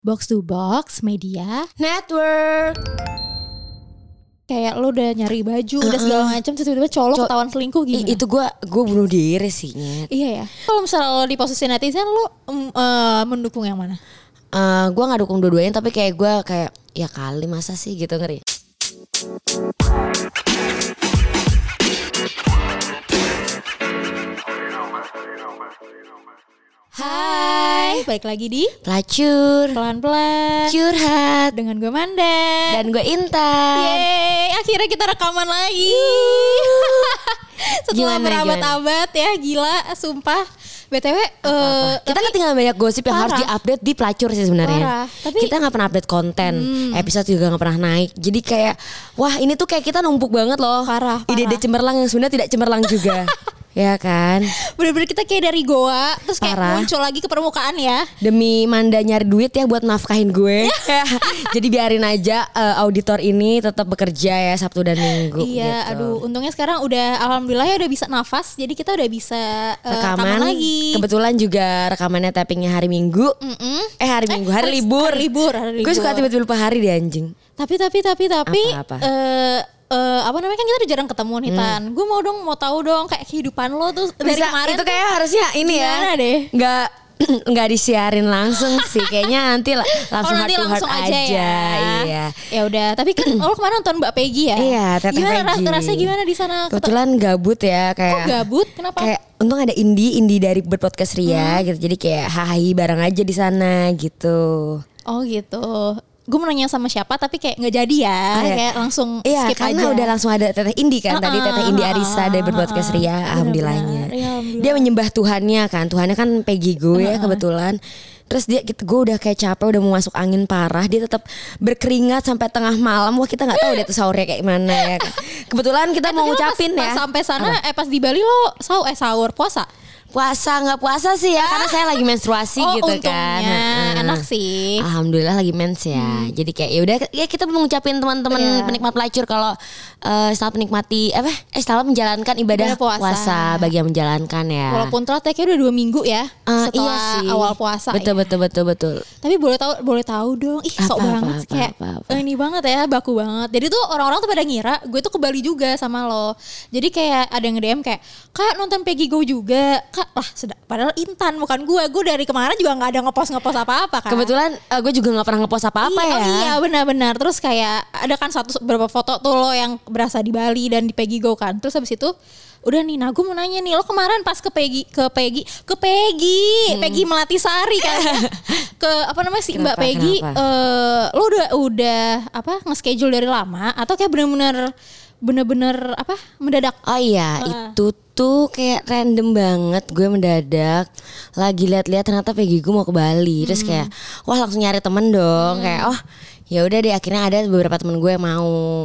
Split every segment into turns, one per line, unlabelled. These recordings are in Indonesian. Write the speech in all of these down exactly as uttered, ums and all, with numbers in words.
Box to Box Media
Network.
Kayak lo udah nyari baju, uh-uh. udah segala macam, terus tiba-tiba cowok
Co-
ketahuan selingkuh gimana?
Itu gue gue bunuh diri sih, Nyet.
Iya ya. Kalau misalnya lo di posisi netizen, lo um, uh, mendukung yang mana?
Uh, gue nggak dukung dua-duanya, tapi kayak gue kayak ya kali masa sih gitu, ngeri.
Hai, balik lagi di
Pelacur
Pelan-pelan
Curhat
dengan gue Manda
dan gue Intan.
Yeay, akhirnya kita rekaman lagi. Setelah
Gimana,
berabad-abad ya, gila, sumpah. B T W uh,
kita ketinggalan banyak gosip yang parah. Harus diupdate di Pelacur sih sebenarnya. Tapi kita nggak pernah update konten, hmm. episode juga nggak pernah naik. Jadi kayak wah ini tuh kayak kita numpuk banget loh.
Parah, parah.
Ide-ide cemerlang yang sebenarnya tidak cemerlang juga. Ya kan.
Bener-bener kita kayak dari goa terus kayak parah. Muncul lagi ke permukaan ya.
Demi Manda nyari duit ya buat nafkahin gue. Jadi biarin aja uh, auditor ini tetap bekerja ya Sabtu dan Minggu.
Iya,
gitu.
Aduh, untungnya sekarang udah alhamdulillah ya udah bisa nafas. Jadi kita udah bisa uh, rekaman, rekaman lagi.
Kebetulan juga rekamannya tappingnya hari Minggu.
Mm-mm.
Eh hari Minggu, hari,
hari
libur.
Hari libur, hari libur.
Gue suka tiba-tiba lupa hari deh anjing.
Tapi tapi tapi tapi
apa, apa?
Uh, Uh, apa namanya kan kita udah jarang ketemu nih Tan. Hmm. Gue mau dong mau tahu dong kayak kehidupan lo tuh dari
bisa,
kemarin.
Itu kayak harusnya ini ya.
Deh?
Nggak nggak disiarin langsung sih. Kayaknya nanti langsung
oh, nanti
heart
langsung
to heart
aja,
aja.
Ya.
Iya.
Ya udah. Tapi kan lo kemarin nonton Mbak Peggy ya.
Iya. Teteh
gimana
Peggy.
Rasanya gimana di sana?
Kebetulan gabut ya kayak.
Kok gabut? Kenapa?
Kayak untung ada Indi Indi dari berpodcast Ria hmm. gitu. Jadi kayak hahi bareng aja di sana gitu.
Oh gitu. Gue mau nanya sama siapa tapi kayak nggak jadi ya, ah, ya. Kayak langsung
iya,
skip
karena
aja.
Udah langsung ada Teteh Indi kan, uh, tadi Teteh Indi Arisa dari berpodcast Ria, uh, alhamdulillahnya. Ya, alhamdulillah. Dia menyembah Tuhannya kan, Tuhannya kan Peggy gue uh, uh. kebetulan. Terus dia, gitu, gue udah kayak capek, udah mau masuk angin parah. Dia tetap berkeringat sampai tengah malam. Wah kita nggak tahu deh tuh sahurnya kayak gimana ya. Kan. Kebetulan kita eh, mau ngucapin
pas,
ya.
Pas sampai sana, apa? eh pas di Bali lo sahur, eh sahur puasa.
Puasa nggak puasa sih ya ah. Karena saya lagi menstruasi oh, gitu kan
uh, enak sih.
Alhamdulillah lagi mens ya hmm. Jadi kayak ya udah ya kita mau ngucapin teman-teman yeah. penikmat pelacur kalau uh, selamat menikmati apa eh selamat menjalankan ibadah puasa. puasa bagi yang menjalankan ya.
Walaupun telat ya kayak udah dua minggu ya
uh,
setelah
iya sih.
awal puasa.
Betul
ya.
betul betul betul.
Tapi boleh tahu boleh tahu dong. Ih sok
apa,
banget
apa,
kayak
apa, apa.
Oh, ini banget ya baku banget. Jadi tuh orang-orang tuh pada ngira gue tuh ke Bali juga sama lo. Jadi kayak ada yang nge-D M kayak Kak nonton Peggy Go juga. Kak lah sedap. Padahal Intan bukan gue. Gue dari kemarin juga gak ada ngepost-ngepost apa-apa kan.
Kebetulan uh, gue juga gak pernah ngepost apa-apa
iya,
ya.
Oh iya benar-benar. Terus kayak ada kan satu beberapa foto tuh lo yang berasa di Bali dan di Peggy Go kan. Terus habis itu udah nih, nah gue mau nanya nih, lo kemarin pas ke Peggy, ke Peggy, ke Peggy, hmm. Peggy Melatisari kan, ke apa namanya sih Mbak Peggy, uh, lo udah udah apa nge-schedule dari lama atau kayak bener-bener bener-bener apa mendadak?
Oh iya, uh. itu tuh kayak random banget, gue mendadak lagi lihat-lihat ternyata Peggy gue mau ke Bali, hmm. terus kayak wah langsung nyari temen dong, hmm. kayak oh ya udah deh akhirnya ada beberapa temen gue yang mau.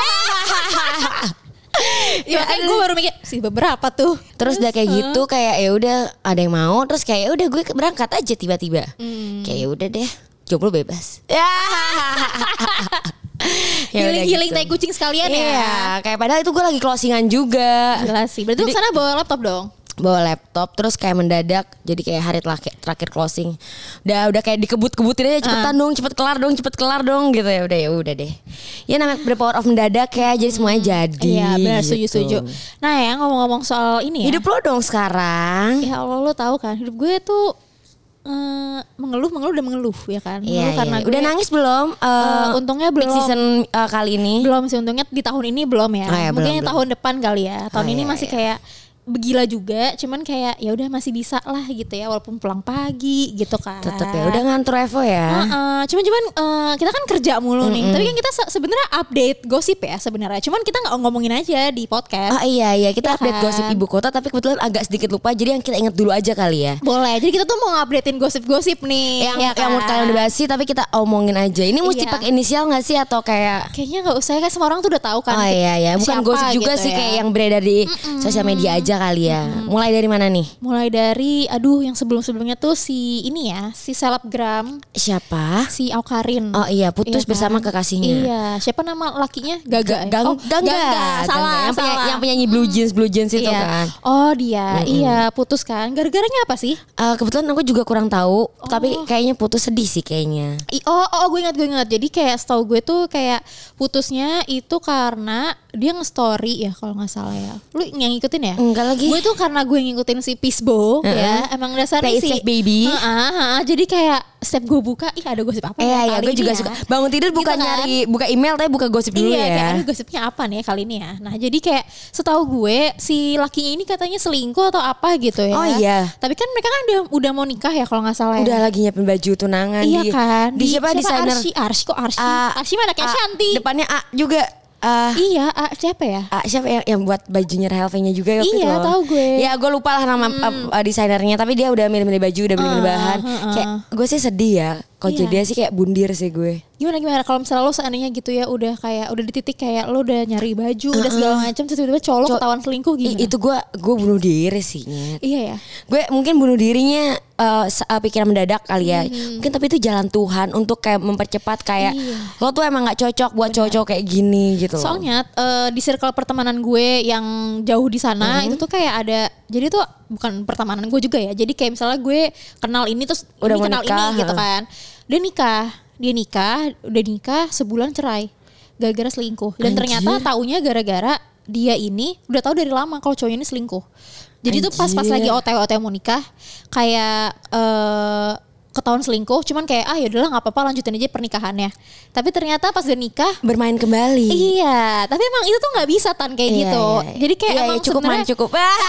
Ya, ya gue baru mikir sih beberapa tuh.
Terus udah kayak gitu kayak ya udah ada yang mau terus kayak ya udah gue berangkat aja tiba-tiba. Hmm. Kayak ya udah deh jomblo bebas. Ya.
Healing-healing gitu. Tai kucing sekalian ya.
Iya, kayak padahal itu gue lagi closingan juga.
Gila sih. Berarti kesana bawa laptop dong?
Bawa laptop terus kayak mendadak jadi kayak hari terakhir, terakhir closing udah udah kayak dikebut-kebutin aja cepetan uh. dong cepet kelar dong cepet kelar dong gitu ya udah ya udah deh ya namanya power of mendadak ya jadi semuanya jadi
iya benar
gitu.
setuju setuju. Nah ya ngomong-ngomong soal ini ya
hidup lo dong sekarang
ya Allah lo tahu kan hidup gue tuh Uh, mengeluh mengeluh dan mengeluh ya kan mengeluh
iya,
karena
iya.
gue
Udah nangis belum uh,
uh, untungnya belum
season uh, kali ini
belum sih untungnya di tahun ini belum ya
oh, ya,
mungkin
belum,
tahun belum. depan kali ya tahun
oh,
ini
iya,
masih
iya.
kayak begila juga cuman kayak ya udah masih bisa lah gitu ya walaupun pulang pagi gitu kan
tetep ya udah ngantor Evo ya
uh-uh. cuman cuman uh, kita kan kerja mulu mm-hmm. nih tapi kan kita se- sebenarnya update gosip ya sebenarnya cuman kita nggak ngomongin aja di podcast
oh iya iya kita
ya
update
kan?
Gosip ibu kota tapi kebetulan agak sedikit lupa jadi yang kita ingat dulu aja kali ya
boleh jadi kita tuh mau ngupdatein gosip-gosip nih
yang
ya kan?
yang menurut kalian udah basi tapi kita omongin aja ini mesti iya. pakai inisial nggak sih atau kayak
kayaknya nggak usah kan semua orang tuh udah tahu kan
oh iya iya bukan gosip juga
gitu
sih
ya.
Kayak yang beredar di Mm-mm. sosial media aja aja kali ya. Mm-hmm. Mulai dari mana nih?
Mulai dari aduh yang sebelum-sebelumnya tuh si ini ya, si selebgram.
Siapa?
Si Awkarin.
Oh iya, putus iya, bersama kan? kekasihnya.
Iya, siapa nama lakinya? Gaga.
Gang,
oh,
Gangga.
Gangga. Salah,
Gangga. Yang,
salah.
Penyanyi, yang penyanyi Blue Jeans, Blue Jeans itu
iya.
kan.
Oh dia, mm-hmm. iya putus kan. Gara-garanya apa sih?
Uh, kebetulan aku juga kurang tahu, oh. tapi kayaknya putus sedih sih kayaknya.
I, oh, oh, gue ingat, gue ingat. Jadi kayak setahu gue tuh kayak putusnya itu karena dia nge-story ya kalau nggak salah ya. Lu yang ngikutin ya?
Enggak lagi.
Gue tuh karena gue ngikutin si Pisbo uh-uh. ya. Emang dasarnya sih.
baby.
Uh-uh, uh-uh. Jadi kayak setiap gue buka, ih ada gosip apa
eh,
ya?
Iya, gue juga ya. suka. Bangun tidur bukan gitu kan? Nyari, buka email tapi buka gosip dulu
iya,
ya.
Iya, kayak ada gosipnya apa nih kali ini ya. Nah jadi kayak setahu gue si lakinya ini katanya selingkuh atau apa gitu ya.
Oh iya.
Tapi kan mereka kan udah, udah mau nikah ya kalau nggak salah.
Udah
ya.
lagi nyiapin baju tunangan.
Iya
di,
kan.
Di, di siapa, siapa desainer?
Arsy, Arsy kok Arsy.
Uh,
Arsy mana kayak
uh,
Shanti.
Depannya A juga. Uh,
iya, A, siapa ya?
A, siapa yang, yang buat bajunya Rahel V-nya juga waktu
iya,
itu.
tahu gue.
Ya, gue lupa lah nama hmm. uh, desainernya, tapi dia udah milih-milih baju, udah milih-milih uh, bahan. Uh, uh. Kayak gue sih sedih ya. Kalau iya. jadi sih kayak bundir sih gue.
Gimana gimana kalau misalnya lo seandainya gitu ya udah kayak udah di titik kayak lo udah nyari baju, uh, udah segala macam, terus tiba-tiba cowok Co- ketahuan selingkuh gimana?
Itu gue gue bunuh diri sih, Nyet.
Iya ya.
Gue mungkin bunuh dirinya uh, pikiran mendadak kali ya. Hmm. Mungkin tapi itu jalan Tuhan untuk kayak mempercepat kayak iya. lo tuh emang nggak cocok buat Bener. cowok kayak gini gitu.
Soalnya uh, di circle pertemanan gue yang jauh di sana hmm. itu tuh kayak ada, jadi tuh bukan pertemanan gue juga ya. Jadi kayak misalnya gue kenal ini terus
udah
ini kenal
nikah,
ini gitu kan. Dia nikah, dia nikah, udah nikah sebulan cerai gara-gara selingkuh. Dan Anjir. ternyata taunya gara-gara dia ini udah tahu dari lama kalau cowoknya ini selingkuh. Jadi Anjir. tuh pas-pas lagi O T W O T W mau nikah kayak uh, ketahuan selingkuh, cuman kayak ah yaudahlah nggak apa-apa lanjutin aja pernikahannya. Tapi ternyata pas udah nikah
bermain kembali.
Iya, tapi emang itu tuh nggak bisa tan kayak iya, gitu. Iya, iya. Jadi kayak
iya,
emang
iya, cukup man, cukup.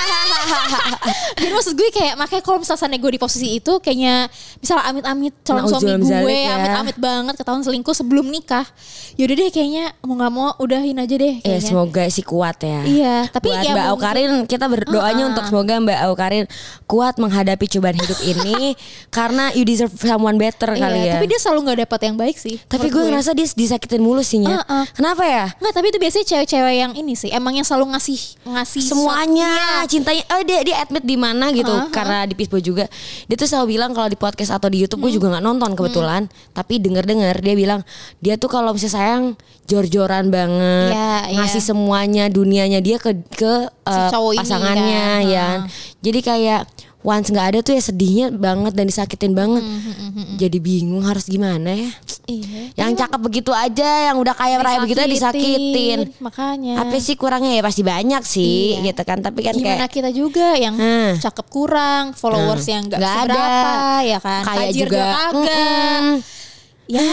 Jadi maksud gue kayak makanya kalau misalnya gue di posisi itu kayaknya misalnya amit-amit calon nah, suami gue ya. amit-amit banget ketahuan selingkuh sebelum nikah. Yaudah deh kayaknya mau nggak mau udahin aja deh.
Iya semoga sih kuat ya.
Iya, tapi
buat
ya
Mbak Awkarin kita berdoanya uh-uh. untuk semoga Mbak Awkarin kuat menghadapi cobaan hidup ini karena you deserve someone better iya, kali ya.
Tapi dia selalu nggak dapat yang baik sih.
Tapi gue ngerasa dia disakitin mulu sih ya. Uh-uh. Kenapa ya?
Nggak, tapi itu biasanya cewek-cewek yang ini sih. Emang yang selalu ngasih ngasih
semuanya,
so-
cintanya. Oh dia dia admit di mana gitu uh-huh. karena di Pisbo juga. Dia tuh selalu bilang kalau di podcast atau di YouTube hmm. gue juga nggak nonton kebetulan. Hmm. Tapi denger-dengar dia bilang dia tuh kalau misalnya sayang jor-joran banget, yeah, ngasih yeah. semuanya dunianya dia ke ke uh, si pasangannya ini, kan? ya. Jadi kayak once nggak ada tuh ya sedihnya banget dan disakitin banget. Hmm, hmm, hmm, hmm. Jadi bingung harus gimana ya.
Iya.
Yang ya, cakep begitu aja, yang udah kaya raya begitu aja disakitin.
Makanya.
Apa sih kurangnya ya pasti banyak sih, iya. gitu kan. Tapi kan
gimana
kayak
kita juga yang hmm. cakep kurang, followers hmm. yang nggak seberapa, ya kan.
Kaya juga
kagak. Mm-mm. Ya.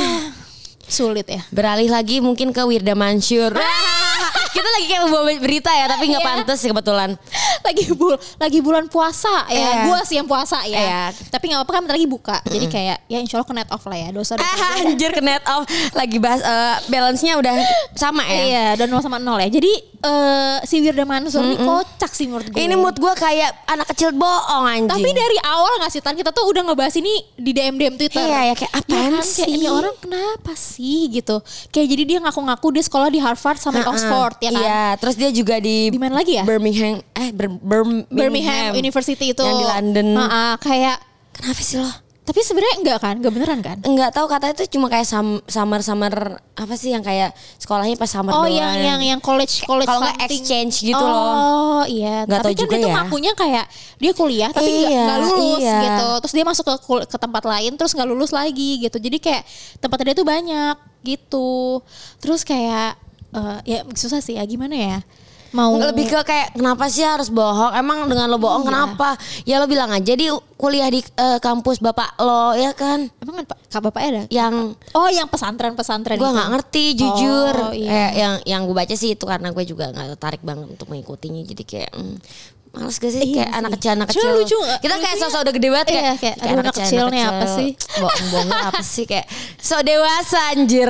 Sulit ya.
Beralih lagi mungkin ke Wirda Mansur. Kita lagi kayak membawa berita ya, tapi nggak pantas sih kebetulan.
Lagi bul, lagi bulan puasa ya. Yeah. Gua sih yang puasa ya.
Yeah.
Tapi nggak apa-apa kan bentar lagi buka. Mm-mm. Jadi kayak ya insya Allah ke net off lah ya. Dosa dosa.
Ah, anjir ke net off. Lagi bahas uh, balance-nya udah sama ya.
Iya, dan nol sama nol ya. Jadi uh, si Wirda Mansur ini kocak sih menurut gue.
Ini mood gue kayak anak kecil bohong anjing.
Tapi dari awal nggak sih Tan, kita tuh udah ngebahas ini di D M D M Twitter.
Iya ya kayak apaan ya, sih?
Kayak ini orang kenapa sih gitu. Kayak jadi dia ngaku-ngaku dia sekolah di Harvard sama uh-uh. Oxford ya kan.
Iya, terus dia juga di
di mana lagi ya?
Birmingham eh Ber- Birmingham.
Birmingham University itu.
Yang di London.
Uh-uh, kayak
kenapa sih lo?
Tapi sebenarnya enggak kan? Enggak beneran kan?
Enggak tahu, katanya itu cuma kayak summer-summer apa sih yang kayak sekolahnya pas summer
oh,
doang. Oh
yang yang yang college college
kalau enggak exchange gitu
oh,
loh.
Oh iya.
Enggak tahu
kan
juga
dia
ya.
tuh ngakunya kayak dia kuliah tapi enggak
iya,
lulus
iya.
gitu. Terus dia masuk ke ke tempat lain terus enggak lulus lagi gitu. Jadi kayak tempatnya dia tuh banyak gitu. Terus kayak uh, ya susah sih ya gimana ya? Mau
lebih ke kayak kenapa sih harus bohong? Emang dengan lo bohong iya. kenapa? Ya lo bilang aja di kuliah di uh, kampus bapak lo ya kan?
Emang kan kak bapaknya ada?
Yang
oh yang pesantren-pesantren
gue nggak ngerti jujur.
Oh, iya.
eh, yang yang gue baca sih itu karena gue juga nggak tertarik banget untuk mengikutinya. Jadi kayak hmm, males gak sih iya kayak sih. anak kecil anak kecil.
Cuma lucu.
Kita kayak sosok udah gede banget kayak,
iya, kayak aduh anak kecil nih apa sih?
Bohong-bohong apa sih kayak so dewasa anjir.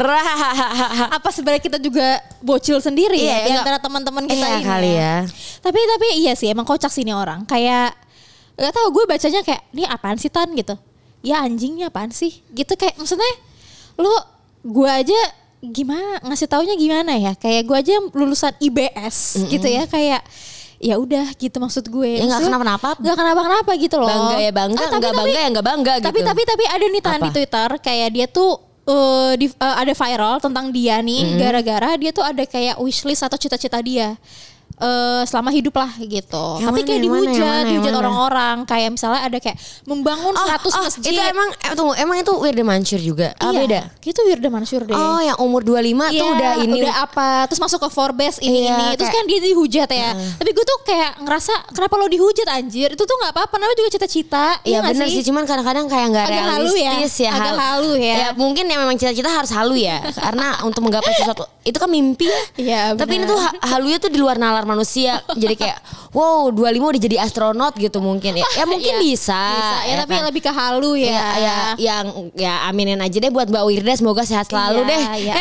Apa sebenarnya kita juga bocil sendiri
iya,
ya di antara teman-teman kita
iya,
ini.
Kali ya.
Tapi tapi iya sih emang kocak sih ini orang. Kayak gak tahu gue bacanya kayak ini apaan sih Tan gitu. Ya anjingnya apaan sih? Gitu kayak maksudnya lu gue aja gimana ngasih taunya gimana ya? Kayak gue aja lulusan I B S mm-hmm. gitu ya kayak ya udah gitu maksud gue.
Ya nggak kenapa-napa.
Nggak kenapa-kenapa gitu loh.
Bangga ya bangga, ah, nggak bangga ya nggak bangga gitu.
Tapi tapi tapi ada nih tahan di Twitter kayak dia tuh uh, di, uh, ada viral tentang dia nih mm-hmm. gara-gara dia tuh ada kayak wishlist atau cita-cita dia. Uh, selama hidup lah gitu.
Yang
tapi
mana,
kayak
yang
dihujat,
mana,
dihujat
mana?
orang-orang. Kayak misalnya ada kayak membangun
oh,
seratus
oh,
masjid.
Itu emang eh, tunggu, emang itu Wirda Mansur juga?
Iya,
ah, beda?
Itu Wirda Mansur deh.
Oh, yang umur dua puluh lima
iya,
tuh udah ini.
Udah apa? Terus masuk ke Forbes ini
iya,
ini. Terus kayak, kan dia dihujat ya. Uh. Tapi gue tuh kayak ngerasa kenapa lo dihujat anjir? Itu tuh nggak apa-apa. Namanya juga cita-cita.
Iya
ya
benar sih. sih. Cuman kadang-kadang kayak nggak realistis ya.
ya. Agak halu ya.
Ya mungkin ya memang cita-cita harus halu ya. Karena untuk menggapai sesuatu itu kan mimpi ya.
Iya.
Tapi ini tuh halunya tuh di luar nalar manusia. Jadi kayak wow dua puluh lima udah jadi astronot gitu mungkin ya. Ya mungkin
ya,
bisa.
bisa. Ya,
ya
tapi
kan?
lebih ke halu ya.
Ya, ya yang ya aminin aja deh buat Mbak Wirda, semoga sehat selalu
iya,
deh.
Iya.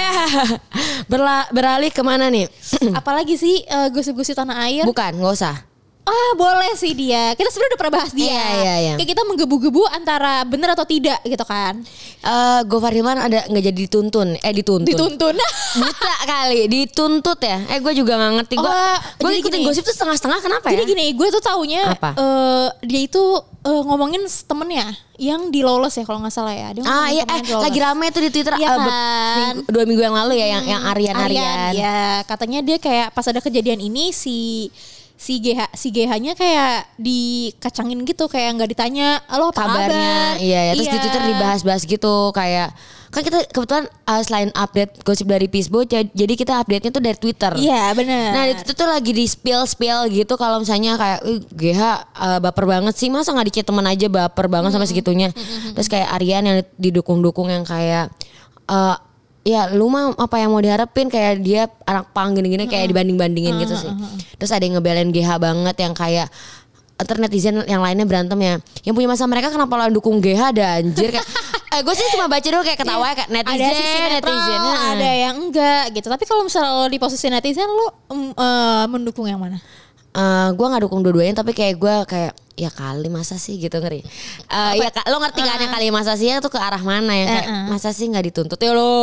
Berla, beralih kemana nih?
Apalagi sih uh, gosip-gosip tanah air?
Bukan, nggak usah.
Ah boleh sih dia. Kita sebenarnya udah pernah bahas dia.
Iya, iya, iya.
Kayak kita menggebu-gebu antara benar atau tidak gitu kan.
Uh, Gofar Hilman ada nggak jadi dituntun? Eh dituntun.
Dituntun.
Buta kali, dituntut ya. Eh gue juga nggak ngerti. Gue
oh,
gue ikutin gini, gosip tuh setengah-setengah kenapa
jadi
ya?
Jadi gini, gue tuh taunya uh, dia itu uh, ngomongin temennya yang di lolos ya kalau nggak salah ya. Dia
ah iya, eh lagi rame tuh di Twitter
ya
uh,
kan?
minggu, dua minggu yang lalu ya, hmm, yang yang Aryan Aryan.
Ya katanya dia kayak pas ada kejadian ini si si G H si G H-nya kayak dikacangin gitu, kayak nggak ditanya lo apa
kabarnya.
kabar?
Iya, ya. Terus
iya.
di Twitter dibahas-bahas gitu kayak kan kita kebetulan uh, selain update gosip dari Pisbo, jadi kita update-nya tuh dari Twitter.
Iya benar.
Nah itu tuh lagi di spill-spill gitu kalau misalnya kayak G H uh, baper banget sih, masa nggak di-chat teman aja baper banget mm-hmm. sampai segitunya. Mm-hmm. Terus kayak Aryan yang didukung-dukung yang kayak uh, ya lu mah apa yang mau diharapin, kayak dia anak pang gini-gini kayak dibanding-bandingin gitu sih. Terus ada yang ngebelain G H banget yang kayak ntar netizen yang lainnya berantem ya. Yang punya masa mereka kenapa lo dukung G H ada anjir kayak eh gue sih cuma baca doang kayak ketawa ya, kayak netizen,
ada sisi netral,
netizennya
ada yang enggak gitu. Tapi kalau misalnya lo di posisi netizen lo um, uh, mendukung yang mana?
Uh, gue nggak dukung dua-duanya, tapi kayak gue kayak ya kali masa sih gitu, ngeri. Uh, ya lo ngerti kan uh, yang kali masa sih tuh ke arah mana ya kayak uh, uh. masa sih nggak dituntut ya lo.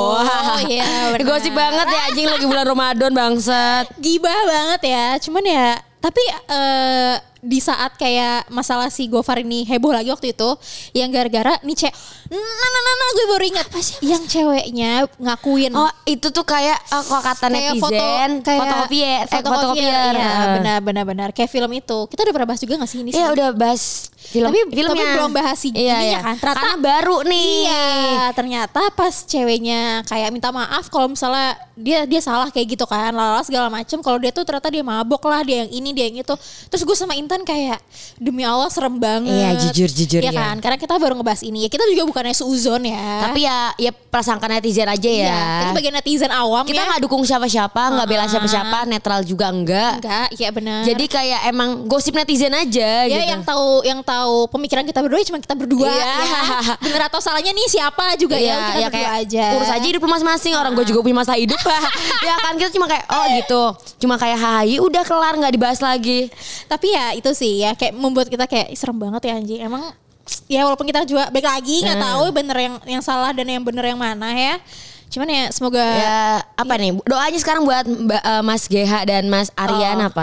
Oh iya benar.
Gosip banget ya anjing lagi bulan Ramadan bangsat.
Gibah banget ya. Cuman ya tapi uh, di saat kayak masalah si Gofar ini heboh lagi waktu itu, yang gara-gara nih cewek, nah nah nah, nah gue baru ingat yang ceweknya ngakuin.
Oh itu tuh kayak uh, kok kata
kayak
netizen,
foto, kayak
fotokopier, eh, fotokopier.
Iya uh. benar benar benar. Kayak film itu, kita udah pernah bahas juga nggak sih ini?
Iya udah bahas film.
Tapi
filmnya.
tapi belum bahas si
iya,
ininya
iya.
kan. Ternyata
karena baru nih.
Iya ternyata pas ceweknya kayak minta maaf kalau misalnya dia dia salah kayak gitu kan, lalu segala macem. Kalau dia tuh ternyata dia mabok lah, dia yang ini dia yang itu. Terus gue sama Intan kayak demi Allah serem banget.
Iya jujur-jujur
ya. Kan? Karena kita baru ngebahas ini ya. Kita juga bukannya seuzon ya.
Tapi ya ya prasangka netizen aja ya.
Iya, kita bagian netizen awam
kita
ya.
Kita gak dukung siapa-siapa, uh-huh. gak bela siapa-siapa, netral juga enggak.
Enggak, iya benar.
Jadi kayak emang gosip netizen aja
ya,
gitu.
yang tahu yang tahu pemikiran kita berdua cuma kita berdua
iya.
ya. Bener atau salahnya nih siapa juga
iya,
ya, kita
ya,
berdua aja.
Urus aja hidup masing-masing, orang gue juga punya masalah hidup. Ya kan kita cuma kayak oh gitu. Cuma kayak hahaha udah kelar gak dibahas lagi.
Tapi ya itu sih ya kayak membuat kita kayak serem banget ya anjing. Emang ya walaupun kita juga baik lagi nggak hmm. tahu bener yang yang salah dan yang bener yang mana ya. Cuman ya semoga
ya apa ya, nih doanya sekarang buat uh, Mas G H dan Mas Aryan oh. apa?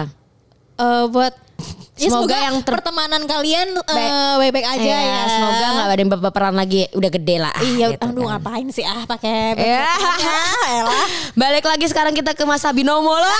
Uh, buat ya
semoga,
semoga
yang ter-
pertemanan kalian uh, baik-baik aja ya, ya.
Semoga nggak ada yang baperan lagi, udah gede lah.
Iya,
gitu
aduh
kan.
ngapain sih ah pakai
ya. Balik lagi sekarang kita ke Mas Binomo loh.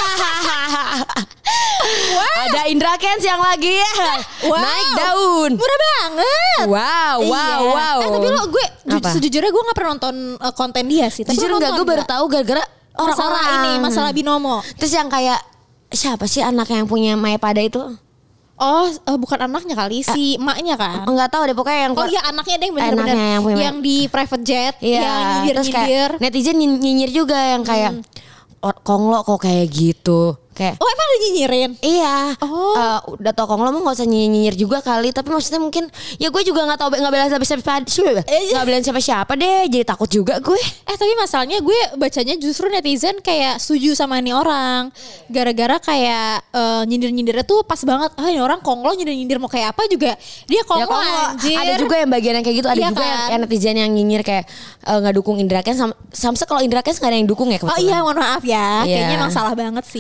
Ada Indra Kents yang lagi ya wow. naik daun.
Murah banget.
Wow, wow, iya. wow.
Eh tapi lo gue ju- sejujurnya gue nggak pernah nonton uh, konten dia sih. Tapi
jujur nggak, gue baru tahu gara-gara
orang-orang ini masalah Binomo.
Terus yang kayak siapa sih anak yang punya Maya Pada itu?
Oh, uh, bukan anaknya kali, si uh, emaknya kan?
Enggak tahu deh pokoknya yang
oh iya anaknya deh bener-bener yang,
yang,
yang di private jet,
iya,
yang nyindir-nyindir.
Netizen nyinyir juga yang kayak hmm. Konglo kok kayak gitu. Kayak,
oh emang ada nyinyirin?
Iya.
Oh.
Uh, udah tau Konglo mah gak usah nyinyir juga kali. Tapi maksudnya mungkin ya gue juga gak tau gak belain siapa-siapa. Gak belain siapa-siapa deh. Jadi takut juga gue.
Eh tapi masalahnya gue bacanya justru netizen kayak setuju sama nih orang. Gara-gara kayak uh, nyindir-nyindirnya tuh pas banget. Ah ini orang Konglo nyindir-nyindir mau kayak apa juga. Dia Konglo, ya, anjir.
Ada juga yang bagian yang kayak gitu. Ada iya juga kan? yang, yang netizen yang nyinyir kayak uh, gak dukung Indra Kents. Sam- Samse kalau Indra Kents gak ada yang dukung ya kebetulan.
Oh iya mohon maaf ya.
Iya.
Kayaknya emang salah banget sih.
Terus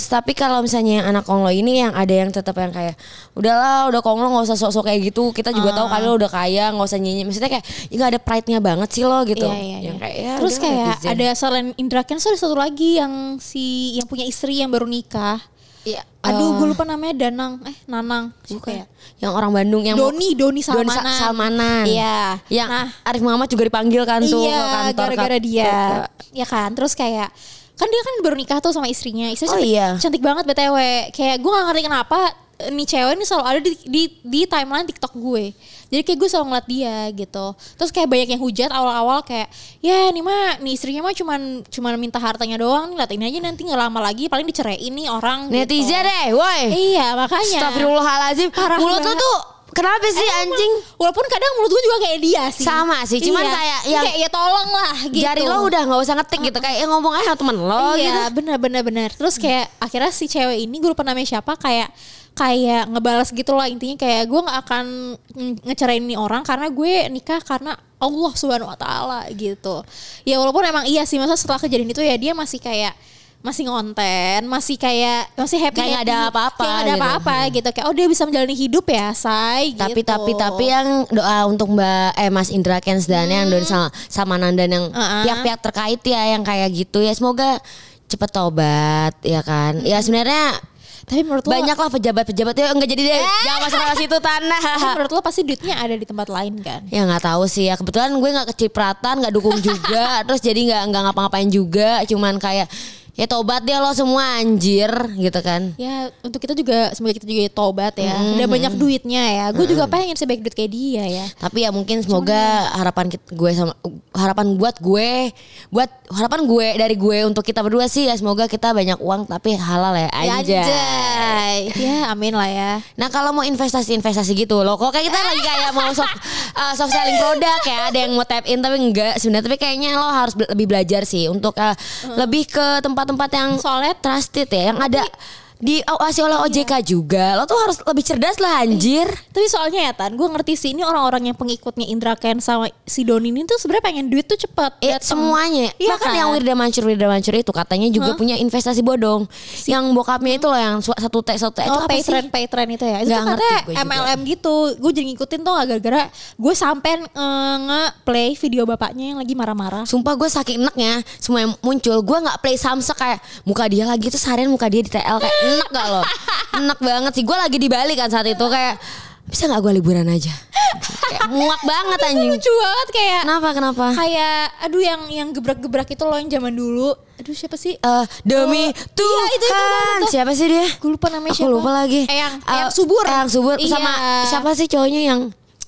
Terus tapi kalau misalnya yang anak konglo ini yang ada yang tetap yang kayak udahlah udah konglo nggak usah sok-sok kayak gitu. Kita juga uh. tahu kalian udah kaya nggak usah nyanyi. Maksudnya kayak ya nggak ada pride-nya banget sih lo gitu.
Iya, iya,
yang
iya.
kayak, ya,
terus kayak
netizen.
ada selain Indra Kents ada satu lagi yang si yang punya istri yang baru nikah.
Iya.
Aduh,
Uh,
gue lupa namanya Danang, eh Nanang, siapa ya?
Yang orang Bandung yang
Doni, Doni Salmanan.
Doni Sa- Salmanan.
Iya.
Yang
nah,
Arif Muhammad juga dipanggil kan tuh
iya,
ke kantor.
gara-gara
ke,
dia.
ke,
Ya kan, terus kayak kan dia kan baru nikah tuh sama istrinya. Istrinya
Oh,
cantik,
iya.
cantik banget B T W. Kayak gue gak ngerti kenapa nih cewek ini selalu ada di, di, di timeline TikTok gue. Jadi kayak gue selalu ngeliat dia gitu. Terus kayak banyak yang hujat awal-awal kayak ya nih mah nih istrinya mah cuman cuman minta hartanya doang nih, lihat ini aja nanti nggak lama lagi paling diceraiin nih orang.
Netizen
gitu.
deh, woi.
Iya makanya.
Astagfirullahaladzim. Mulut lu tuh kenapa sih
Emang,
anjing?
Walaupun kadang mulut gue juga kayak dia sih.
Sama sih, cuman
iya.
kayak yang
kayak ya tolong lah gitu.
Jari lo udah nggak usah ngetik gitu, kayak ya ngomong aja sama temen lo
iya,
gitu.
Iya benar benar benar. Terus kayak akhirnya si cewek ini gue lupa namanya siapa kayak kayak ngebalas gitu lah, intinya kayak gue nggak akan ngecerain ini orang karena gue nikah karena Allah Subhanahu Wa Taala gitu. Ya walaupun emang iya sih, masa setelah kejadian itu ya dia masih kayak masih ngonten, masih kayak masih happy,
kayak nggak ada apa-apa,
kayak nggak ada
gitu.
apa-apa gitu. Kayak oh dia bisa menjalani hidup ya, say.
Tapi
gitu.
tapi tapi yang doa untuk Mbak eh Mas Indra Kents dan hmm. yang Don sama, sama Nanda yang uh-uh. pihak-pihak terkait ya yang kayak gitu ya, semoga cepet tobat ya kan. Hmm. Ya sebenarnya
tapi menurut lo
banyak lah pejabat-pejabat ya enggak jadi deh eh. jangan masuk ke situ tanah.
Tapi menurut lo pasti duitnya ada di tempat lain kan?
Ya nggak tahu sih ya, kebetulan gue nggak kecipratan, nggak dukung juga, terus jadi nggak nggak ngapa-ngapain juga, cuman kayak ya tobat dia lo semua anjir gitu kan.
Ya untuk kita juga semoga kita juga tobat ya.
Mm-hmm.
Udah banyak duitnya ya. Gue mm-hmm. juga pengen sebaik duit kayak dia ya.
Tapi ya mungkin semoga Cuman, harapan kita, gue sama harapan buat gue buat harapan gue dari gue untuk kita berdua sih ya semoga kita banyak uang tapi halal ya anjay.
Anjay. Ya amin lah ya.
Nah kalau mau investasi-investasi gitu loh, kok kayak kita lagi kayak mau soft, uh, soft selling produk ya, ada yang mau tap in tapi enggak sebenarnya, tapi kayaknya lo harus be- lebih belajar sih untuk uh, hmm. lebih ke tempat-tempat yang soalnya trusted ya, yang ada diawasi oleh O J K iya. juga. Lo tuh harus lebih cerdas lah anjir.
Eh, tapi soalnya ya Tan, gue ngerti sih ini orang-orang yang pengikutnya Indra Kents sama si Doni ini tuh sebenarnya pengen duit tuh cepet.
Eh, semuanya.
Iya
Bahkan
kan?
yang Wirda Mansur Wirda Mansur itu katanya juga huh? punya investasi bodong. Si yang bokapnya itu loh yang satu T satu T
oh,
itu apa
pay
sih?
Trend, pay trend itu ya. Itu
Gak
katanya M L M gitu. Gue jadi ngikutin tuh gara-gara gue sampai uh, nge-play video bapaknya yang lagi marah-marah.
Sumpah gue saking enaknya semua yang muncul, gue nggak play samsek kayak muka dia lagi tuh seharian muka dia di T L kayak enak gak lo? Enak banget sih. Gue lagi di Bali kan saat itu kayak bisa gak gue liburan aja? Kayak muak banget anjing.
Lucu banget kayak.
Kenapa kenapa?
Kayak aduh yang yang gebrak-gebrak itu loh yang zaman dulu. Aduh siapa sih?
Uh, demi
oh,
Tuhan.
Iya, itu, itu, itu, itu.
Siapa sih dia?
Gue lupa namanya
Aku
siapa.
lupa lagi.
Eyang,
uh,
Eyang Subur.
Eyang Subur
iya.
sama siapa sih cowoknya yang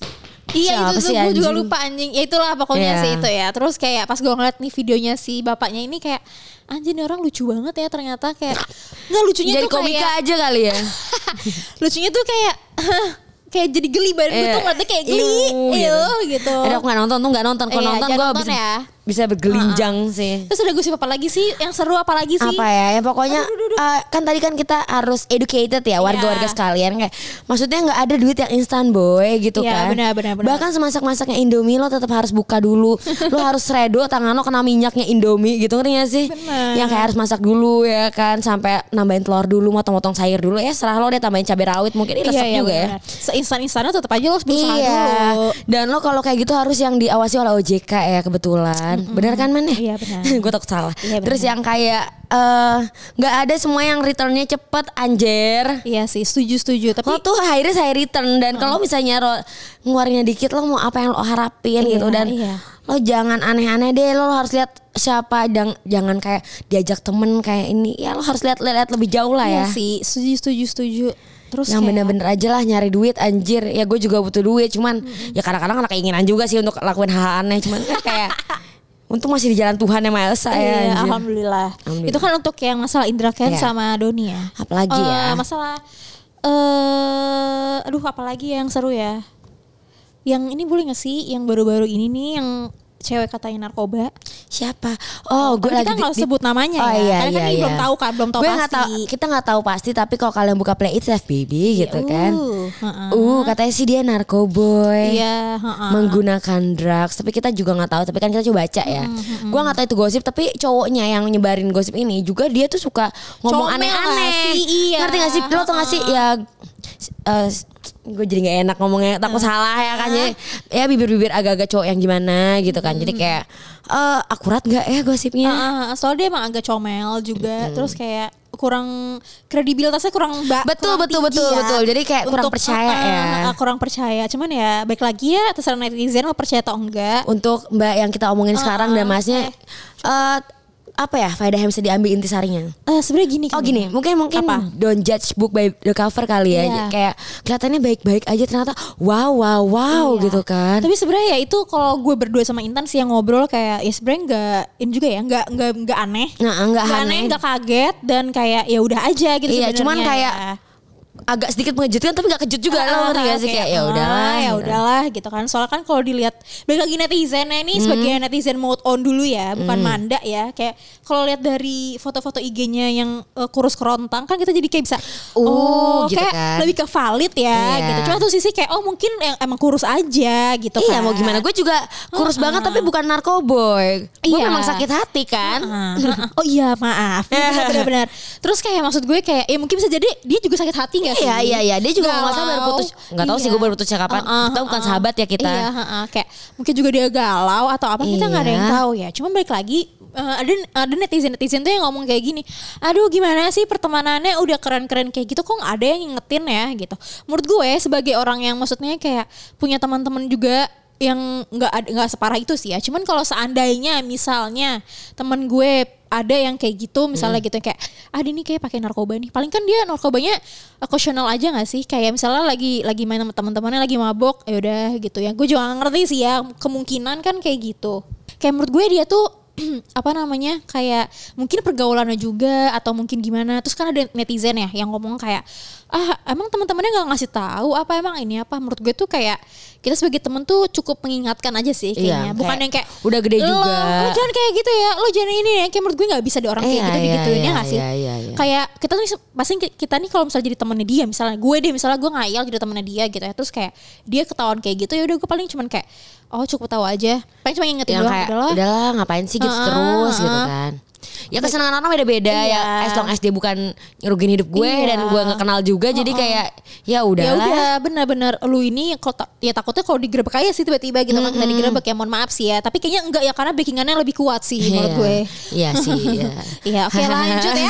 Iya
siapa
itu tuh gue juga lupa anjing. Ya itulah pokoknya yeah. sih itu ya. Terus kayak pas gue ngeliat nih videonya si bapaknya ini kayak anjing nih orang lucu banget ya ternyata kayak nggak lucunya
jadi
tuh
komika
kayak
aja kali ya.
Lucunya tuh kayak kayak jadi geli badan gue tuh ngeliatnya kayak geli gitu. gitu.
Ada aku nggak nonton tuh nggak nonton. Kalau
iya,
nonton gue bisa
ya.
bisa bergelinjang uh-uh. sih.
Terus ada gosip apa lagi sih? Yang seru apa lagi sih?
Apa ya? Ya pokoknya aduh, aduh, aduh. Uh, kan tadi kan kita harus educated ya warga-warga yeah. sekalian kayak maksudnya nggak ada duit yang instan boy gitu
yeah,
kan.
Benar, benar, benar.
Bahkan semasak-masaknya Indomie lo tetap harus buka dulu. Lo harus redo tangan lo kena minyaknya Indomie gitu, ngerti gak sih?
Benar.
Yang kayak harus masak dulu ya kan sampai nambahin telur dulu, motong-motong sayur dulu ya serah lo deh, tambahin cabai rawit mungkin ini resep
iya,
juga
iya,
ya.
Seinstan-instannya tetap aja lo harus berusaha
iya.
dulu.
Dan lo kalau kayak gitu harus yang diawasi oleh O J K ya kebetulan. Mm-hmm. Benar kan Man?
Iya benar.
Gue takut salah.
Iya,
terus yang kayak nggak uh, ada semua yang returnnya cepet anjir.
Iya sih setuju setuju. Tapi
lo tuh high risk high return dan hmm. kalau misalnya lo ngeluarinnya dikit lo mau apa yang lo harapin iya, gitu dan
iya.
lo jangan aneh-aneh deh. Lo harus lihat siapa dan jangan kayak diajak temen kayak ini ya, lo harus lihat-lihat lebih jauh lah
iya
ya.
Sih setuju setuju setuju. Terus
yang
kayak
bener-bener aja lah nyari duit anjir. Ya gue juga butuh duit cuman hmm. ya kadang-kadang ada keinginan juga sih untuk lakuin hal aneh cuman kan kayak untung masih di jalan Tuhan yang Maha Esa ya.
Iya, alhamdulillah. alhamdulillah. Itu kan untuk yang masalah Indra Kents yeah. sama Doni ya.
Apalagi uh, ya.
Masalah uh, aduh apalagi yang seru ya. Yang ini boleh gak sih yang baru-baru ini nih yang cewek katanya narkoba.
Siapa? Oh, gue
kita nggak sebut namanya
oh,
ya.
Iya,
Karena
iya,
kan ini
iya.
belum tahu kan, belum tahu
gue
pasti.
Gak tahu, kita nggak tahu pasti, tapi kalau kalian buka Play It Safe Baby gitu
uh,
kan.
Uh-uh.
Uh, katanya sih dia narkoboy.
Iya, uh-uh.
Menggunakan drugs, tapi kita juga nggak tahu, tapi kan kita coba baca ya. Mm-hmm. Gue nggak tahu itu gosip, tapi cowoknya yang nyebarin gosip ini juga dia tuh suka ngomong
Comel
aneh-aneh.
sih, iya.
Ngerti gak sih? Lo tau gak sih ya uh, gue jadi gak enak ngomongnya, takut uh. salah ya kan. Jadi ya bibir-bibir agak-agak cowok yang gimana gitu kan. Jadi kayak uh, akurat gak ya gosipnya?
Uh, uh, soalnya dia emang agak comel juga. Hmm. Terus kayak kurang kredibilitasnya kurang ba-
betul
kurang
betul
tinggi
betul
ya.
betul. Jadi kayak kurang
Untuk,
percaya
uh,
ya.
Uh, kurang percaya. Cuman ya baik lagi ya terserah netizen lo percaya atau enggak.
Untuk Mbak yang kita omongin uh, sekarang dan Masnya uh, apa ya faedah yang bisa diambil intisarinya?
Uh, sebenarnya gini kan.
Oh gini, mungkin mungkin apa? Don't judge book by the cover kali ya. Yeah. Kayak kelihatannya baik-baik aja ternyata wow wow wow iya. gitu kan.
Tapi sebenarnya ya itu kalau gue berdua sama Intan sih yang ngobrol kayak ya sebenarnya nggak ini juga ya nggak nggak nggak aneh.
Nah, nggak aneh,
nggak kaget dan kayak ya udah aja gitu.
Iya, cuman kayak
ya.
agak sedikit mengejutkan tapi gak kejut juga uh, lo ngerti gak sih kayak ya udahlah
ya udahlah gitu kan. Soalnya kan kalau dilihat balik lagi netizennya ini hmm. sebagai netizen mode on dulu ya, bukan hmm. manda ya. Kayak kalau lihat dari foto-foto I G-nya yang uh, kurus kerontang kan kita jadi kayak bisa
uh,
oh
gitu
kayak
kan.
lebih ke valid ya yeah. gitu. Cuma tuh sisi kayak oh mungkin yang emang kurus aja gitu
iya,
kan.
Iya mau gimana, gue juga kurus uh, banget uh. tapi bukan narkoboy. Gue iya. memang sakit hati kan.
Uh, uh. Oh iya maaf benar-benar. Terus kayak maksud gue kayak ya mungkin bisa jadi dia juga sakit hati gak sih?
Iya iya iya. Dia juga nggak sabar baru putus, nggak tahu iya. sih gue baru putus kapan. Uh, uh, kita bukan uh, sahabat ya kita.
Iya, uh, uh, kayak mungkin juga dia galau atau apa kita nggak iya. ada yang tahu ya. Cuma balik lagi uh, ada ada netizen netizen tuh yang ngomong kayak gini. Aduh gimana sih pertemanannya udah keren-keren kayak gitu kok nggak ada yang ngingetin ya gitu. Menurut gue sebagai orang yang maksudnya kayak punya teman-teman juga yang nggak nggak separah itu sih ya. Cuman kalau seandainya misalnya temen gue ada yang kayak gitu misalnya hmm. gitu kayak ah ini kayak pakai narkoba nih, paling kan dia narkobanya occasional aja nggak sih, kayak misalnya lagi lagi main sama teman-temannya lagi mabok ya udah gitu ya. Gue juga gak ngerti sih ya, kemungkinan kan kayak gitu. Kayak menurut gue dia tuh apa namanya kayak mungkin pergaulannya juga atau mungkin gimana. Terus kan ada netizen ya yang ngomong kayak ah emang teman-temannya nggak ngasih tahu apa emang ini apa. Menurut gue tuh kayak kita sebagai temen tuh cukup mengingatkan aja sih kayaknya. Iya, bukan kayak yang kayak
udah gede
lo,
juga
lo jangan kayak gitu ya, lo jangan ini ya. Kayak menurut gue nggak bisa di orang kayak
iya,
gitu
iya,
digituin
iya,
ya nggak sih
iya, iya, iya.
Kayak kita nih pasti kita nih kalau misalnya jadi temennya dia, misalnya gue deh misalnya gue ngayal jadi temennya dia gitu ya, terus kayak dia ketahuan kayak gitu ya udah gue paling cuman kayak oh cukup tahu aja, paling cuma ngingetin doang udahlah
udahlah ngapain sih gitu uh, terus uh, gitu kan. Ya kesenangan orang beda-beda iya. ya. As long as dia bukan ngerugiin hidup gue iya. dan gue gak kenal juga. Uh-uh. Jadi kayak ya udahlah.
Ya udah benar-benar lu ini kalau ya takutnya kalau digerebek aja sih tiba-tiba gitu kan. Kita digerebek ya mohon maaf sih ya. Tapi kayaknya enggak ya karena backingannya lebih kuat sih menurut gue.
Iya sih.
Iya oke lanjut ya.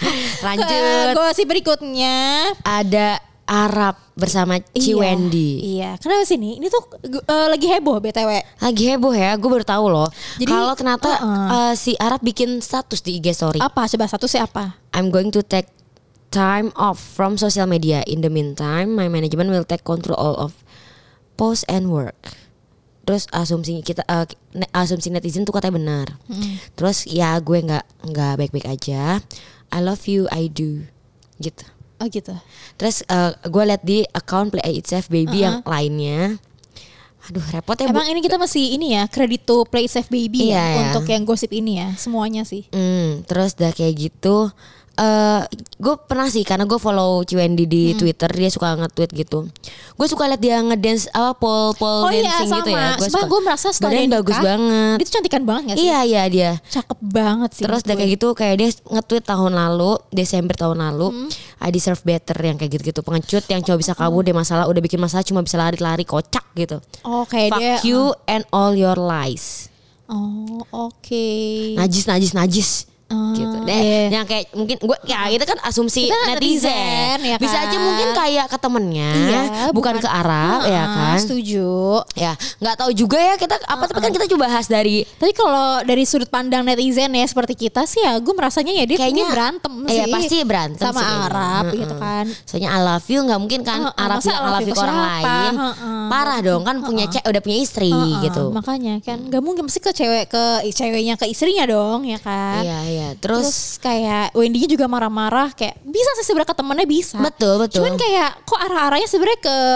Lanjut.
Gosip berikutnya.
Ada Arab bersama Ciwendy.
Iya, iya. Kenapa sih nih? Ini tuh uh, lagi heboh B T W.
Lagi heboh ya, gue baru tahu loh. Kalau ternyata uh-uh. uh, si Arab bikin status di I G story.
Apa? Coba statusnya apa?
I'm going to take time off from social media. In the meantime, my management will take control all of post and work. Terus asumsi kita, uh, asumsi netizen tuh katanya benar. Hmm. Terus ya gue nggak nggak baik-baik aja. I love you, I do, gitu.
Oh gitu.
Terus uh, gue liat di account Play It Safe Baby uh-huh. yang lainnya. Aduh repot ya.
Emang bu- ini kita masih ini ya credit to Play It Safe Baby
iya,
ya,
ya
untuk yang gosip ini ya semuanya sih.
Mm, terus udah kayak gitu. Uh, gue pernah sih karena gue follow Ciwendy di hmm. Twitter, dia suka nge-tweet gitu. Gue suka liat dia ngedance apa pole pole
oh
dancing
iya,
gitu ya.
Gue suka. Gue merasa
badan bagus banget.
Dia tuh cantikan banget gak sih?
Iya iya dia.
Cakep banget sih.
Terus udah kayak gitu kayak dia nge-tweet tahun lalu, Desember tahun lalu, hmm. I deserve better yang kayak gitu-gitu. Pengecut yang cuma bisa kabur dari masalah, udah bikin masalah cuma bisa lari-lari kocak gitu.
Oh kayak
fuck
dia.
Fuck you uh. and all your lies.
Oh oke. Okay.
Najis najis najis.
Uh,
gitu deh
yeah.
yang kayak mungkin gue ya itu kan asumsi
kita
netizen,
netizen ya kan?
Bisa aja mungkin kayak ke temennya iya, bukan, bukan ke Arab uh, ya kan
setuju
ya nggak tahu juga ya kita apa uh, tapi kan kita coba bahas dari
tapi kalau dari sudut pandang netizen ya seperti kita sih ya gue merasanya ya dia kayaknya berantem sih
iya pasti berantem
sama
sih,
Arab
uh, uh.
gitu kan
soalnya I love you nggak mungkin kan uh, uh, Arab yang I love you ke orang lain uh, uh. parah dong kan uh, uh. punya cewek udah punya istri uh, uh. gitu
makanya kan nggak mungkin mesti ke cewek ke ceweknya ke istrinya dong ya kan
iya iya terus, terus
kayak Wendy-nya juga marah-marah kayak bisa sih sebenarnya ke temennya bisa.
Betul betul.
Cuman kayak kok arah-arahnya sebenarnya ke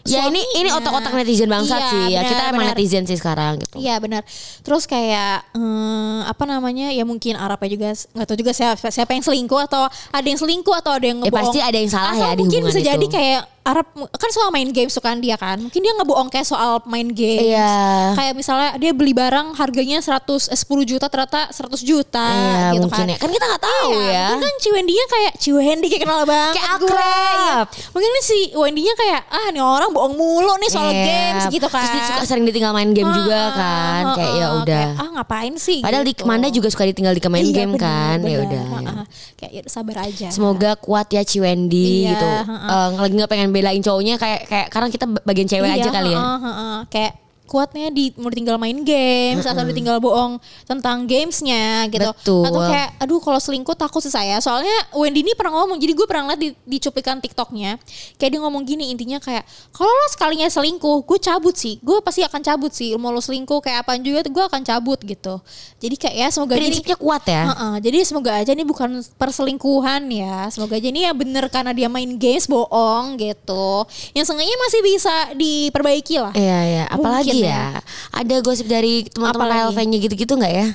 Ya ini ini otak-otak netizen bangsat
iya,
sih ya.
benar,
Kita emang
benar.
netizen sih sekarang gitu.
Iya benar. Terus kayak hmm, apa namanya ya mungkin Arabnya juga nggak tahu juga siapa siapa yang selingkuh atau ada yang selingkuh atau ada yang
Ya
ngebohong.
pasti ada yang salah
atau
ya di
mungkin
hubungan
bisa
itu.
jadi kayak Arab kan soal main game sukaan dia kan. Mungkin dia ngebohong kayak soal main game.
Iya.
Kayak misalnya dia beli barang harganya seratus eh, sepuluh juta ternyata seratus juta
Iya,
gitu
mungkin
kan.
ya. Kan kita nggak tahu
Iya,
ya.
Mungkin kan si Wendy-nya kayak si Wendy kayak kenal banget
Kayak
gue.
akrab.
Iya. Mungkin ini si Wendy-nya kayak ah nih orang bohong mulu nih soal
Iya.
games gitu kan.
Terus dia suka sering ditinggal main game juga
Ah,
kan.
ah,
Kayak
ah,
ya
ah,
udah.
kayak, ah ngapain sih
Padahal di
gitu.
Kemanda juga suka ditinggal di main
Iya,
game
bener,
kan. Ya
bener.
udah.
Ah,
ya.
ah. Kayak ya sabar aja.
Semoga kuat ya Ci Wendy
Iya,
gitu.
ah, ah.
Eh, lagi nggak pengen belain cowoknya kayak kayak karena kita bagian cewek
Iya,
aja kali ya.
ah, ah, ah. Kayak kuatnya di mau ditinggal main games atau ditinggal bohong tentang gamesnya gitu.
Betul.
Atau kayak aduh kalau selingkuh takut sih saya. Soalnya Wendy ini pernah ngomong. Jadi gue pernah lihat di, di cuplikan TikToknya. Kayak dia ngomong gini intinya kayak kalau lo sekalinya selingkuh gue cabut sih. Gue pasti akan cabut sih. Mau lo selingkuh kayak apaan juga gue akan cabut gitu. Jadi kayak ya semoga
Prinsipnya kuat ya.
Uh-uh, jadi semoga aja ini bukan perselingkuhan ya. Semoga aja ini ya bener karena dia main games bohong gitu. Yang seenggaknya masih bisa diperbaiki lah.
Iya ya, apalagi
Mungkin
ya. Ada gosip dari teman-teman
Apalagi?
L V-nya gitu-gitu nggak ya?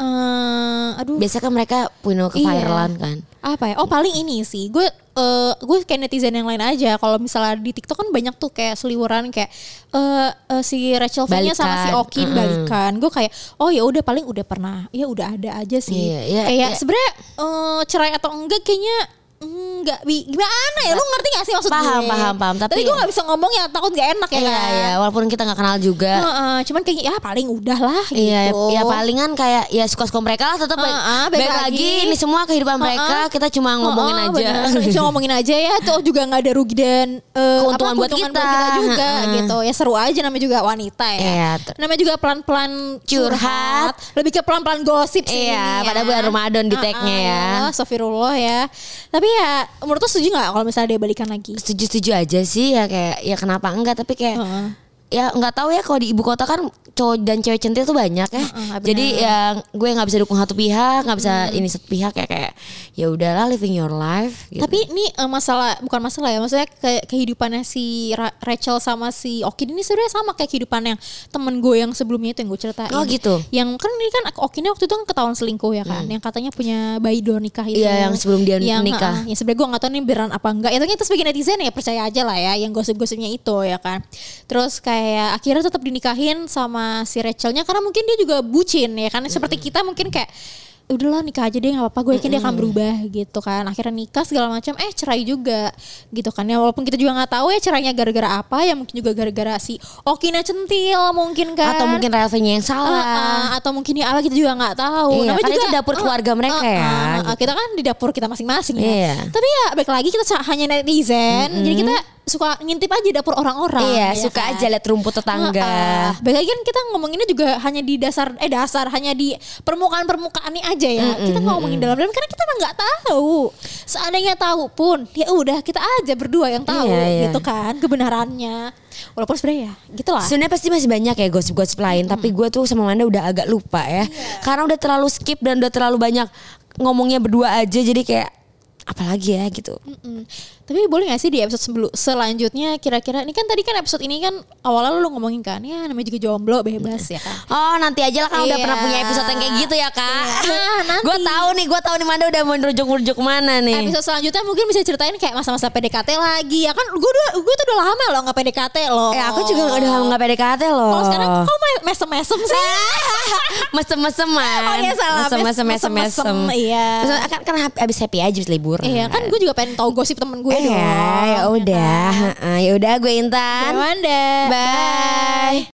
Eh, aduh.
Biasanya kan mereka punya keviralan
Iya.
kan.
Apa ya? Oh paling ini sih. Gue eh gue kayak netizen yang lain aja. Kalau misalnya di TikTok kan banyak tuh kayak seliweran kayak eh eh, si Rachel V-nya sama si
Balikan.
Okin
Mm-mm.
balikan. Gue kayak oh ya udah paling udah pernah. Ya udah ada aja sih.
Iya, iya,
kayak
iya.
sebenarnya eh, cerai atau enggak kayaknya enggak bi gimana ya lu ngerti gak sih maksud
Paham,
gue?
paham, paham. Tapi-
Tapi gue gak bisa ngomong ya takut gak enak ya
Iya
kan.
ya, walaupun kita nggak kenal juga.
Heeh, cuman kayak ya paling udah lah gitu.
Iya, ya palingan kayak ya suka-suka mereka lah tetap baik,
Heeh, baik
baik lagi.
lagi.
Ini semua kehidupan mereka kita cuma ngomongin
Oh,
aja.
bener. Cuma ngomongin aja ya. Tuh juga gak ada rugi dan eh,
Keuntungan
apa,
buat
keuntungan
kita.
juga
Heeh.
gitu. Ya seru aja namanya juga wanita ya.
Iya, ter-
Namanya juga pelan-pelan
Curhat.
Lebih ke pelan-pelan gosip sih.
Iya,
ini
pada bulan Ramadan di tag-nya ya.
Astagfirullah ya. Tapi ya menurut lo setuju gak kalau misalnya dia balikan lagi?
Setuju-setuju aja sih ya kayak ya kenapa enggak tapi kayak
Heeh.
ya nggak tahu ya kalau di ibu kota kan cowok dan cewek centil tuh banyak ya.
Heeh, benar.
Jadi ya gue nggak bisa dukung satu pihak, nggak bisa ini satu pihak ya kayak ya udahlah living your life. Gitu.
Tapi ini eh, masalah bukan masalah ya, maksudnya ke, kehidupannya si Ra- Rachel sama si Okin ini sebenarnya sama kayak kehidupan yang temen gue yang sebelumnya itu yang gue ceritain.
Oh, gitu.
Yang kan ini kan Okinnya waktu itu kan ketahuan selingkuh ya kan, yang katanya punya bayi dua nikah itu.
Iya, yang sebelum dia
yang,
nikah.
uh, yang sebenarnya gue nggak tahu nih beneran apa enggak. Ya ternyata sebagai netizen ya percaya aja lah ya, yang gosip-gosipnya itu ya kan. Terus kayak akhirnya tetap dinikahin sama si Rachelnya karena mungkin dia juga bucin ya kan. Seperti kita mungkin kayak udahlah nikah aja deh nggak apa-apa, gue yakin dia akan berubah gitu kan. Akhirnya nikah segala macam, eh cerai juga gitu kan ya. Walaupun kita juga nggak tahu ya cerainya gara-gara apa ya, mungkin juga gara-gara si Okina centil mungkin kan,
atau mungkin Relvenya yang salah.
Uh, uh, atau mungkin ya Allah kita juga nggak tahu.
Iya,
Namanya
kan
juga
itu dapur keluarga mereka ya,
uh, uh,
gitu.
Kita kan di dapur kita masing-masing ya.
Iya.
Tapi ya balik lagi kita hanya netizen, jadi kita suka ngintip aja dapur orang-orang.
Iya,
ya
suka
kan?
aja lihat rumput tetangga.
Uh, uh. Balik lagi kan kita ngomonginnya juga hanya di dasar eh dasar hanya di permukaan-permukaannya aja ya.
Mm-mm,
Kita nggak ngomongin dalam-dalam karena kita emang nggak tahu. Seandainya tahu pun ya udah kita aja berdua yang tahu
Iya, iya.
gitu kan kebenarannya. Walaupun sebenarnya ya gitulah.
Sebenarnya pasti masih banyak ya gosip-gosip lain, tapi gue tuh sama Manda udah agak lupa ya. Karena udah terlalu skip dan udah terlalu banyak ngomongnya berdua aja, jadi kayak apalagi ya gitu.
Mm-mm. Tapi boleh gak sih di episode sebelum selanjutnya kira-kira ini kan tadi kan episode ini kan awalnya lu ngomongin kan ya namanya juga jomblo bebas ya kan.
Oh nanti aja lah kan udah
Iya.
pernah punya episode yang kayak gitu ya kak.
Iya. Ah, nanti.
Gue tahu nih, gue tahu nih Manda udah mau merujuk-merujuk mana nih.
Episode selanjutnya mungkin bisa ceritain kayak masa-masa P D K T lagi ya kan. Gue udah gue tuh udah lama loh nggak P D K T loh.
Eh aku juga udah nggak P D K T loh.
Kalau sekarang kok me- mesem-mesem sih?
mesem-meseman.
Oh iya salah.
Mesem-mesem,
Mes-
mesem-mesem.
Iya.
Maksudnya kan kan habis happy aja habis liburan.
Iya kan gue juga pengen tahu gosip temen gue dong.
Ya, ya udah. Ya udah gue Intan.
Amanda.
Bye.